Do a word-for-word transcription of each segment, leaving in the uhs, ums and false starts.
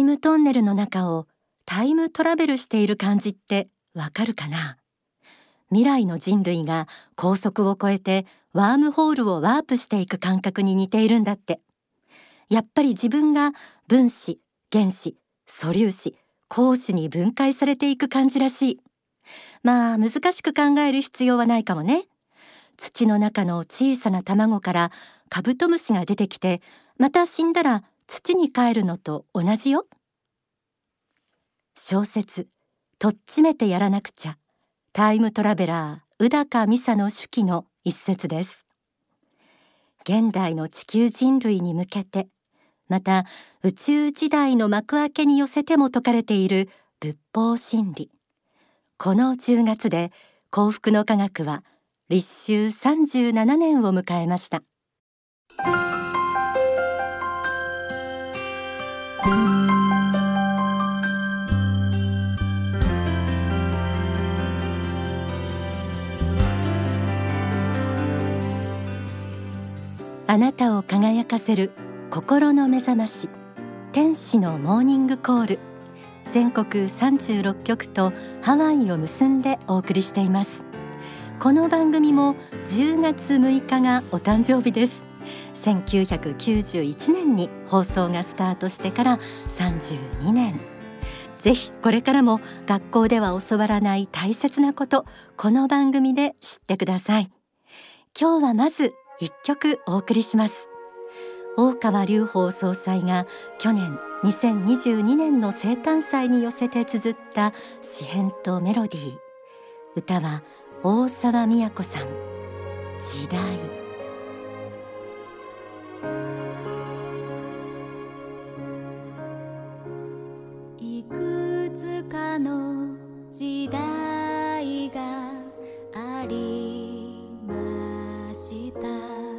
ムトンネルの中をタイムトラベルしている感じってわかるかな？未来の人類が高速を越えてワームホールをワープしていく感覚に似ているんだって。やっぱり自分が分子、原子、素粒子、光子に分解されていく感じらしい。まあ難しく考える必要はないかもね。土の中の小さな卵からカブトムシが出てきて、また死んだら土に帰るのと同じよ。小説とっちめてやらなくちゃ、タイムトラベラー宇高美沙の手記の一節です。現代の地球人類に向けて、また宇宙時代の幕開けに寄せても説かれている仏法真理。このじゅうがつで幸福の科学は立秋さんじゅうななねんを迎えました。あなたを輝かせる心の目覚まし、天使のモーニングコール。全国さんじゅうろっきょくとハワイを結んでお送りしています。この番組もじゅうがつむいかがお誕生日です。せんきゅうひゃくきゅうじゅういちねんに放送がスタートしてからさんじゅうにねん。ぜひこれからも学校では教わらない大切なこと、この番組で知ってください。今日はまずいっきょくお送りします。大川隆法総裁が去年にせんにじゅうにねんの生誕祭に寄せて綴った詩編とメロディー。歌は大沢みや子さん、時代。 いくつかの時代がありました。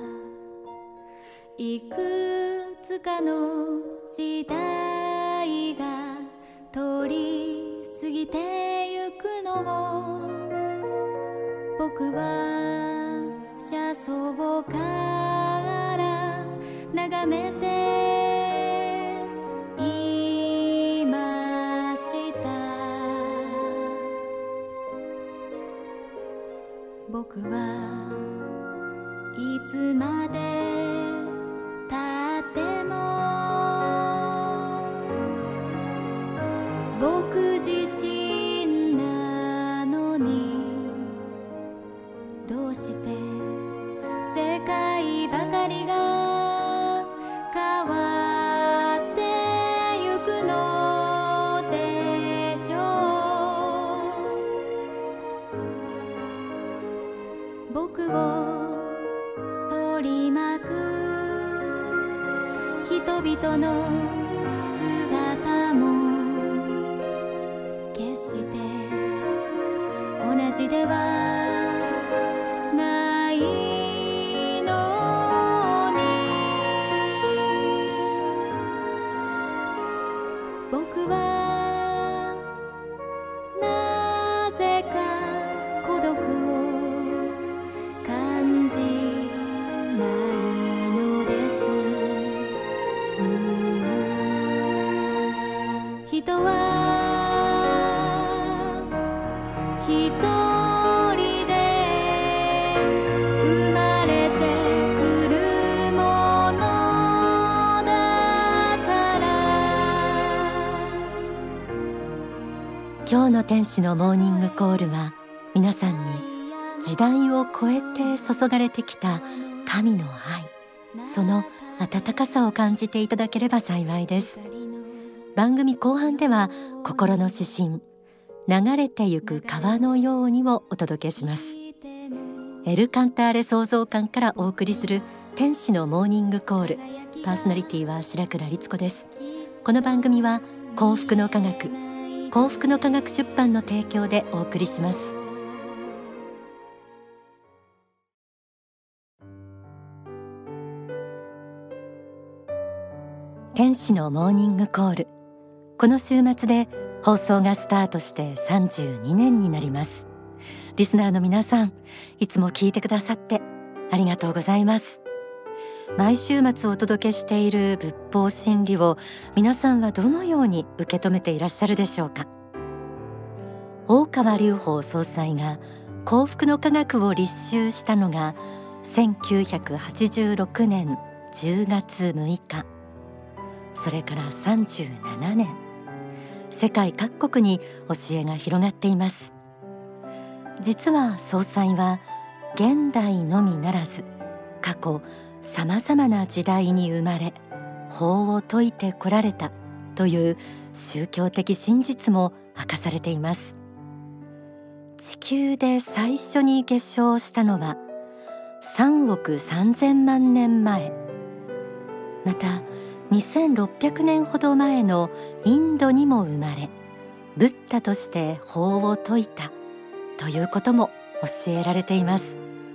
いくつかの時代が通り過ぎてゆくのを、僕は車窓から眺めていました。僕はいつまでたっても僕自身なのに、どうして世界ばかりが変わってゆくのでしょう。僕を取り巻く人々の姿も決して同じではないのに、僕はなぜか孤独を感じないのです。人は一人で生まれてくるものだから。 今日の天使のモーニングコールは、皆さんに時代を超えて注がれてきた神の愛、その温かさを感じていただければ幸いです。番組後半では心の指針、流れてゆく川のようにをお届けします。エルカンターレ創造館からお送りする天使のモーニングコール。パーソナリティは白倉律子です。この番組は幸福の科学、幸福の科学出版の提供でお送りします。天使のモーニングコール。この週末で放送がスタートしてさんじゅうにねんになります。リスナーの皆さん、いつも聞いてくださってありがとうございます。 毎週末お届けしている仏法真理を皆さんはどのように受け止めていらっしゃるでしょうか。大川隆法総裁が幸福の科学を立修したのがせんきゅうひゃくはちじゅうろくねんじゅうがつむいか、それからさんじゅうななねん、世界各国に教えが広がっています。実は総裁は現代のみならず過去さまざまな時代に生まれ法を説いてこられたという宗教的真実も明かされています。地球で最初に月唱したのはさんおくさんぜんまんねんまえ、またにせんろっぴゃくねんほど前のインドにも生まれ、ブッダとして法を説いたということも教えられています。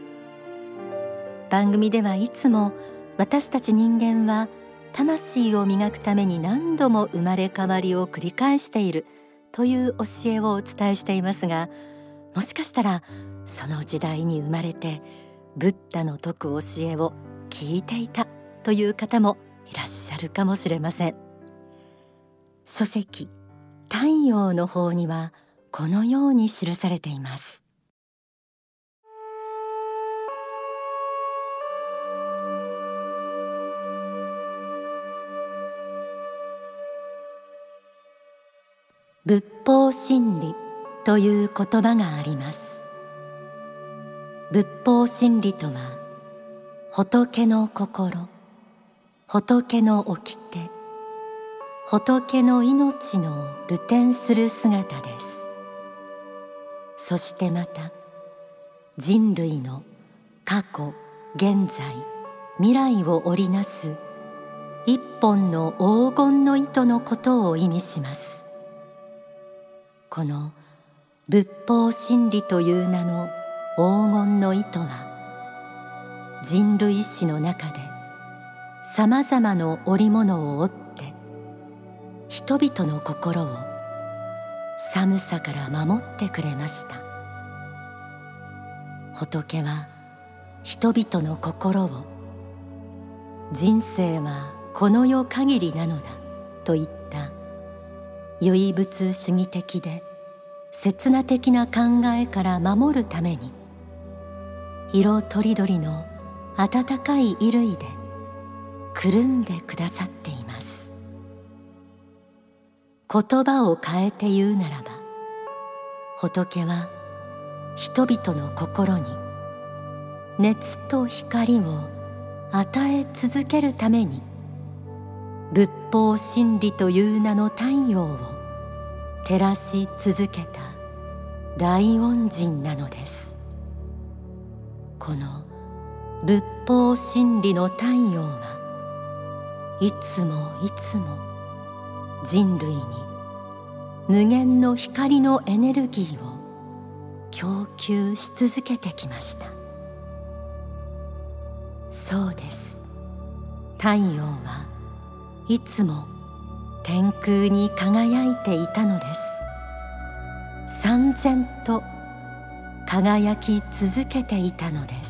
番組ではいつも私たち人間は魂を磨くために何度も生まれ変わりを繰り返しているという教えをお伝えしていますが、もしかしたらその時代に生まれてブッダの説く教えを聞いていたという方もいらっしゃるかもしれません。書籍太陽の法にはこのように記されています。仏法真理という言葉があります。仏法真理とは、仏の心、仏の掟、仏の命の流転する姿です。そしてまた人類の過去、現在、未来を織りなす一本の黄金の糸のことを意味します。この仏法真理という名の黄金の糸は、人類史の中でさまざまな織物を織って人々の心を寒さから守ってくれました。仏は人々の心を、人生はこの世限りなのだといった唯物主義的で刹那的な考えから守るために、色とりどりの温かい衣類でくるんでくださっています。言葉を変えて言うならば、仏は人々の心に熱と光を与え続けるために、仏法真理という名の太陽を照らし続けた大恩人なのです。この仏法真理の太陽はいつもいつも人類に無限の光のエネルギーを供給し続けてきました。そうです。太陽はいつも天空に輝いていたのです。燦然と輝き続けていたのです。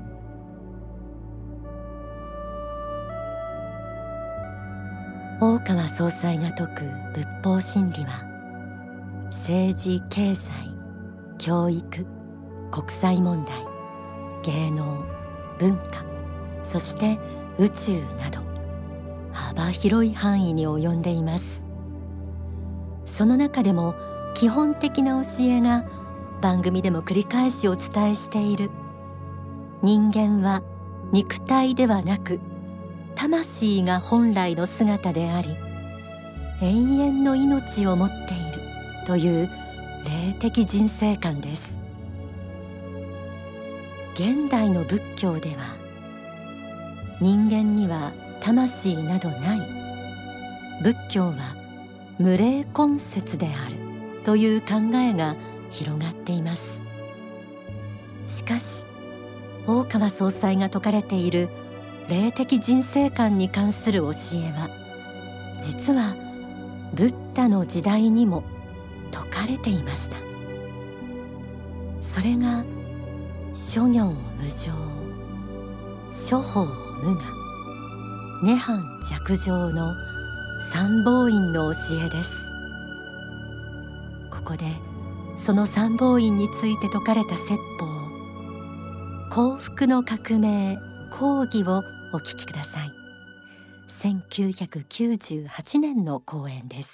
大川総裁が説く仏法真理は、政治・経済、教育、国際問題、芸能、文化、そして宇宙など幅広い範囲に及んでいます。その中でも基本的な教えが番組でも繰り返しお伝えしている、人間は肉体ではなく魂が本来の姿であり、永遠の命を持っているという霊的人生観です。現代の仏教では、人間には魂などない、仏教は無霊根節であるという考えが広がっています。しかし大川総裁が説かれている霊的人生観に関する教えは、実はブッダの時代にも説かれていました。それが諸行無常、諸法無我、涅槃寂浄の三宝院の教えです。ここでその三宝院について説かれた説法、幸福の革命講義をお聞きください。せんきゅうひゃくきゅうじゅうはちねんの講演です。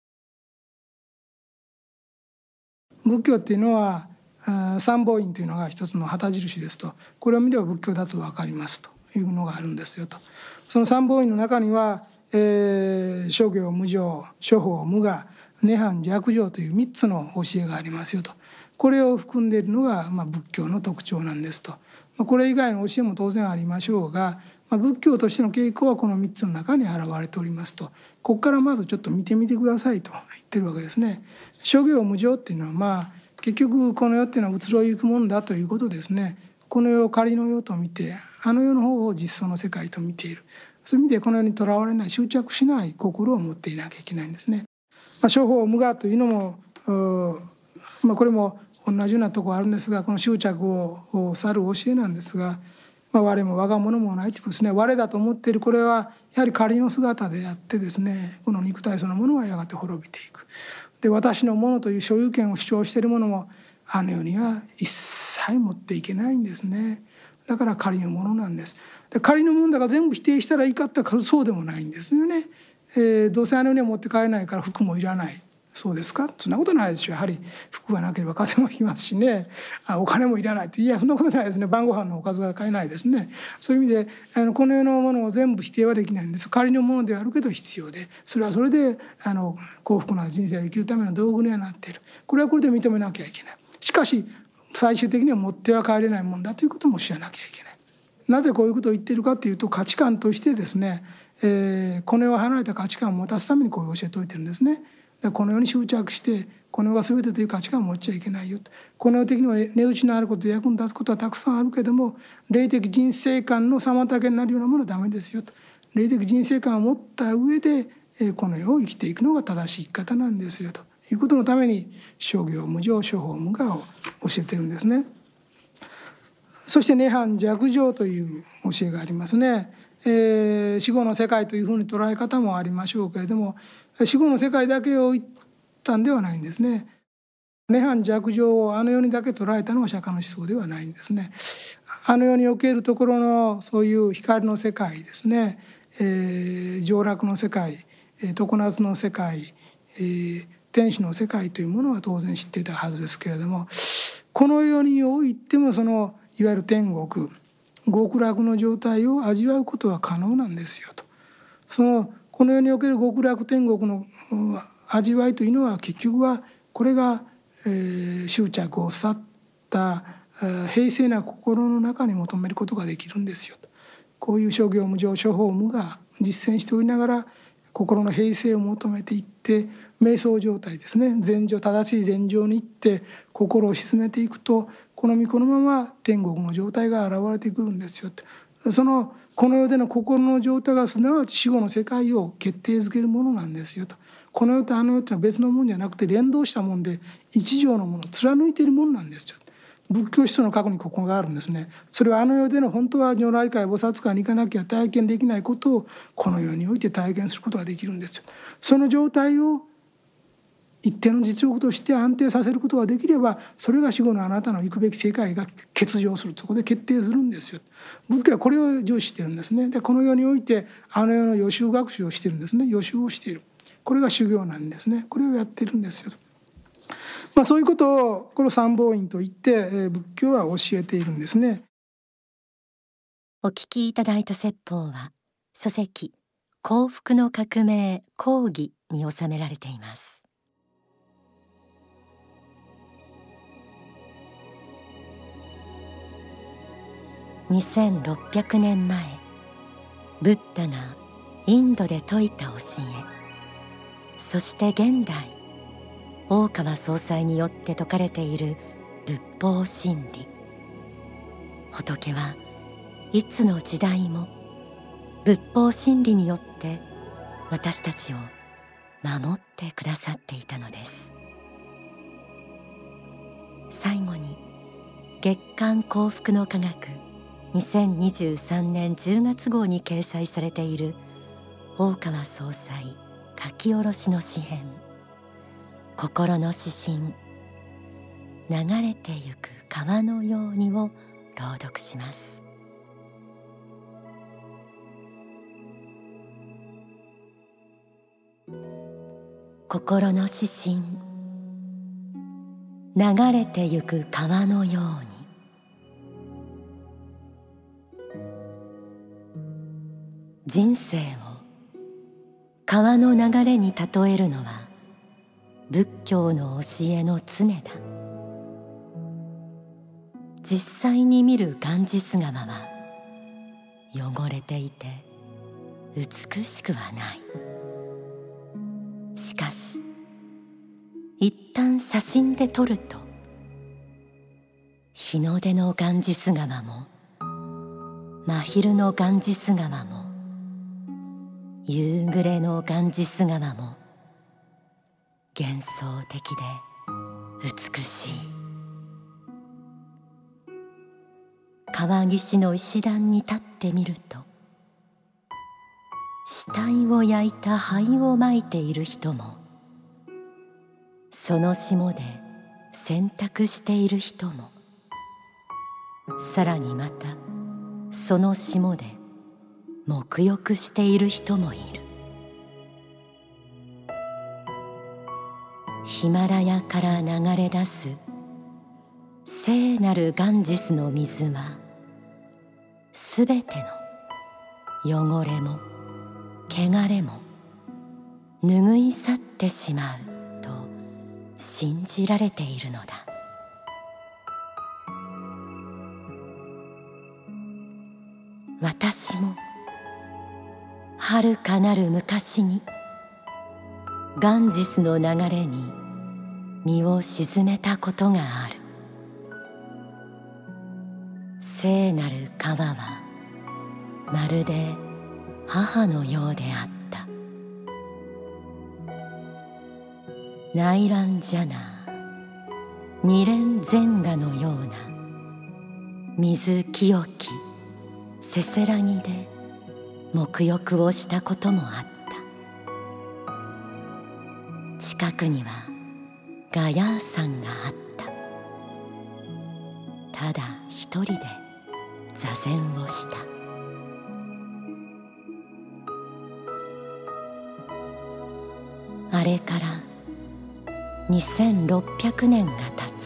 仏教っていうのは三宝院というのが一つの旗印ですと、これを見れば仏教だと分かりますというのがあるんですよと。その三宝院の中には、えー、諸行無常、諸法無我、涅槃寂浄というみっつの教えがありますよと。これを含んでいるのが、まあ、仏教の特徴なんですと。まあ、これ以外の教えも当然ありましょうが、まあ、仏教としての傾向はこのみっつの中に現れておりますと。ここからまずちょっと見てみてくださいと言ってるわけですね。諸行無常っていうのは、まあ結局この世っていうのは移ろいゆくものだということですね。この世を仮の世と見て、あの世の方を実相の世界と見ている。そういう意味でこの世にとらわれない、執着しない心を持っていなきゃいけないんですね。まあ、諸法無我というのも、まあ、これも同じようなところあるんですが、この執着を去る教えなんですが、まあ、我も我が物もないということですね。我だと思っているこれはやはり仮の姿であってですね、この肉体そのものはやがて滅びていく。で、私のものという所有権を主張しているものもあの世には一切持っていけないんですね。だから仮のものなんです。で、仮のものだから全部否定したらいいかってからそうでもないんですよね。えー、どうせあの世には持って帰れないから服もいらない。そうですか？そんなことないですよ。やはり服がなければ風邪もひきますしね、あお金もいらないって、いやそんなことないですね。晩ご飯のおかずが買えないですね。そういう意味であのこの世のものを全部否定はできないんです。仮のものではあるけど必要で、それはそれであの幸福な人生を生きるための道具にはなっている。これはこれで認めなきゃいけない。しかし最終的には持っては帰れないもんだということも知らなきゃいけない。なぜこういうことを言っているかというと、価値観としてですね、えー、この世を離れた価値観を持たすためにこういう教えておいてるんですね。この世に執着してこの世が全てという価値観を持っちゃいけないよと。この世的には値打ちのあることで役に立つことはたくさんあるけども、霊的人生観の妨げになるようなものはダメですよと。霊的人生観を持った上でこの世を生きていくのが正しい生き方なんですよということのために諸行無常、諸法無我を教えてるんですね。そして涅槃寂浄という教えがありますね。えー、死後の世界というふうに捉え方もありましょうけれども、死後の世界だけを言ったんではないんですね。涅槃寂浄をあの世にだけ捉えたのが釈迦の思想ではないんですね。あの世におけるところのそういう光の世界ですね、えー、浄楽の世界、常夏の世界、えー、天使の世界というものは当然知っていたはずですけれども、この世においてもそのいわゆる天国、極楽の状態を味わうことは可能なんですよと。そのこの世における極楽天国の味わいというのは結局はこれが、えー、執着を去った、えー、平静な心の中に求めることができるんですよと。こういう諸行無常、諸法無我実践しておりながら心の平静を求めていって、瞑想状態ですね、禅定、正しい禅定に行って心を沈めていくと、この身このまま天国の状態が現れてくるんですよと。そのこの世での心の状態がすなわち死後の世界を決定づけるものなんですよと。この世とあの世というのは別のものじゃなくて連動したもので、一条のものを貫いているものなんですよ。仏教思想の過去にここがあるんですね。それはあの世での本当は如来会菩薩会に行かなきゃ体験できないことをこの世において体験することができるんですよ。その状態を一定の実力として安定させることができれば、それが死後のあなたの行くべき世界が欠如する、そこで決定するんですよ。仏教はこれを重視してるんですね。でこの世においてあの世の予習学習をしてるんですね。予習をしている、これが修行なんですね。これをやってるんですよ。まあ、そういうことをこの三宝院といって仏教は教えているんですね。 お聞きいただいた説法は書籍幸福の革命講義に収められています。にせんろっぴゃくねんまえ、ブッダがインドで説いた教え、そして現代大川総裁によって説かれている仏法真理。仏はいつの時代も仏法真理によって私たちを守ってくださっていたのです。最後に月刊幸福の科学にせんにじゅうさんねんじゅうがつ号に掲載されている大川総裁書き下ろしの詩編、心の指針、流れてゆく川のようにを朗読します。心の指針、流れてゆく川のように。人生を川の流れに例えるのは仏教の教えの常だ。実際に見るガンジス川は汚れていて美しくはない。しかし一旦写真で撮ると、日の出のガンジス川も真昼のガンジス川も夕暮れのガンジス川も幻想的で美しい。川岸の石段に立ってみると、死体を焼いた灰をまいている人も、その霜で洗濯している人も、さらにまたその霜で沐浴している人もいる。ヒマラヤから流れ出す聖なるガンジスの水は、すべての汚れも汚れも拭い去ってしまうと信じられているのだ。私も遥かなる昔にガンジスの流れに身を沈めたことがある。聖なる川はまるで母のようであった。ナイランジャナー、ニレンゼンガのような水清きせせらぎで沐浴をしたこともあった。近くにはガヤー山があった。ただ一人で座禅をした。あれからにせんろっぴゃくねんが経つ。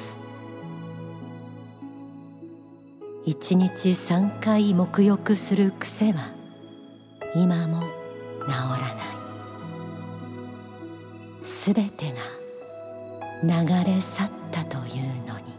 一日三回沐浴する癖は今も治らない。すべてが流れ去ったというのに。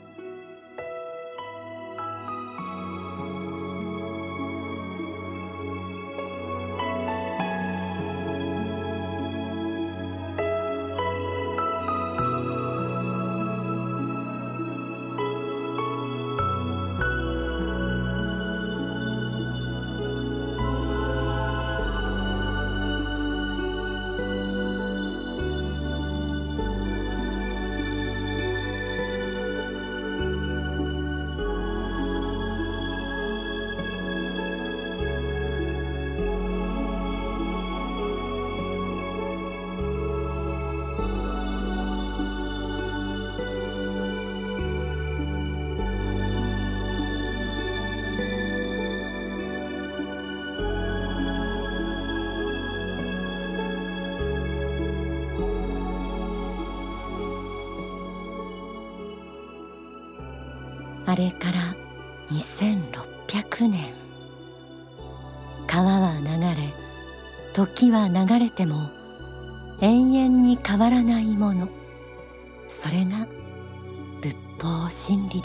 あれからにせんろっぴゃくねん。川は流れ、時は流れても永遠に変わらないもの、それが仏法真理です。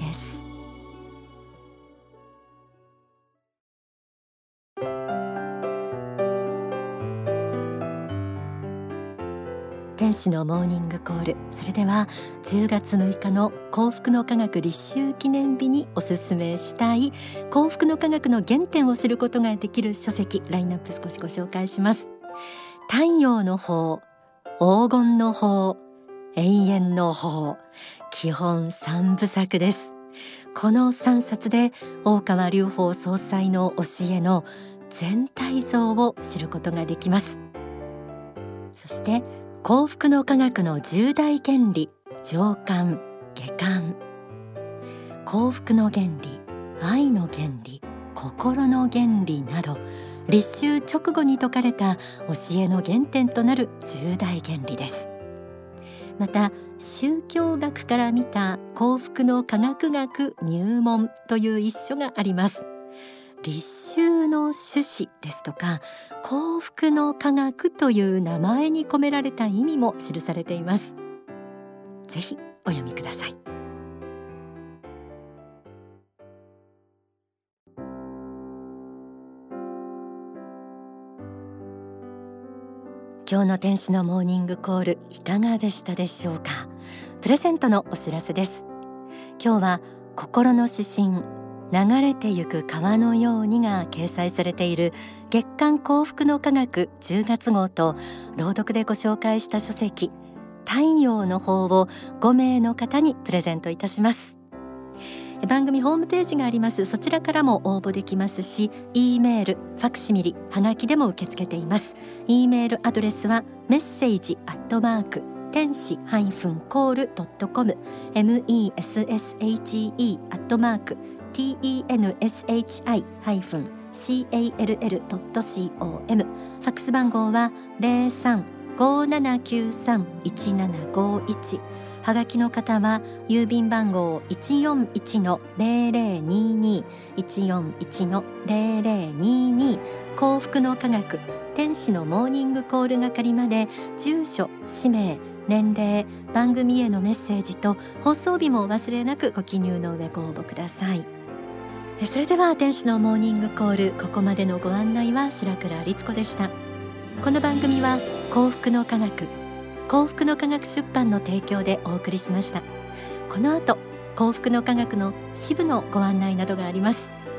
天使のモーニングコール。それではじゅうがつむいかの幸福の科学立秋記念日におすすめしたい幸福の科学の原点を知ることができる書籍、ラインナップ少しご紹介します。太陽の法、黄金の法、永遠の法、基本三部作です。 このさんさつで大川隆法総裁の教えの全体像を知ることができます。そして幸福の科学のじゅう大原理、情感、下感、幸福の原理、愛の原理、心の原理など、立秋直後に説かれた教えの原点となる重大原理です。また宗教学から見た幸福の科学学入門という一書があります。立秋の趣旨ですとか、幸福の科学という名前に込められた意味も記されています。ぜひお読みください。今日の天使のモーニングコールいかがでしたでしょうか。プレゼントのお知らせです。今日は心の指針、流れてゆく川のようにが掲載されている月刊幸福の科学じゅうがつ号と、朗読でご紹介した書籍太陽の方をごめいの方にプレゼントいたします。番組ホームページがあります。そちらからも応募できますし、 E メール、ファクシミリ、はがきでも受け付けています。 E メールアドレスはメッセージアットマーク天使ハイフンコールドットコム メッセージアットマーク テンシーハイフンコールドットコム、 ファックス番号はゼロさん ごーななきゅうさん いちななごいち、はがきの方は郵便番号 いちよんいちのゼロゼロにに いちよんいちのゼロゼロにに、幸福の科学天使のモーニングコール係まで住所、氏名、年齢、番組へのメッセージと放送日もお忘れなくご記入の上ご応募ください。それでは天使のモーニングコール、ここまでのご案内は白倉律子でした。この番組は幸福の科学幸福の科学出版の提供でお送りしました。この後、幸福の科学の支部のご案内などがあります。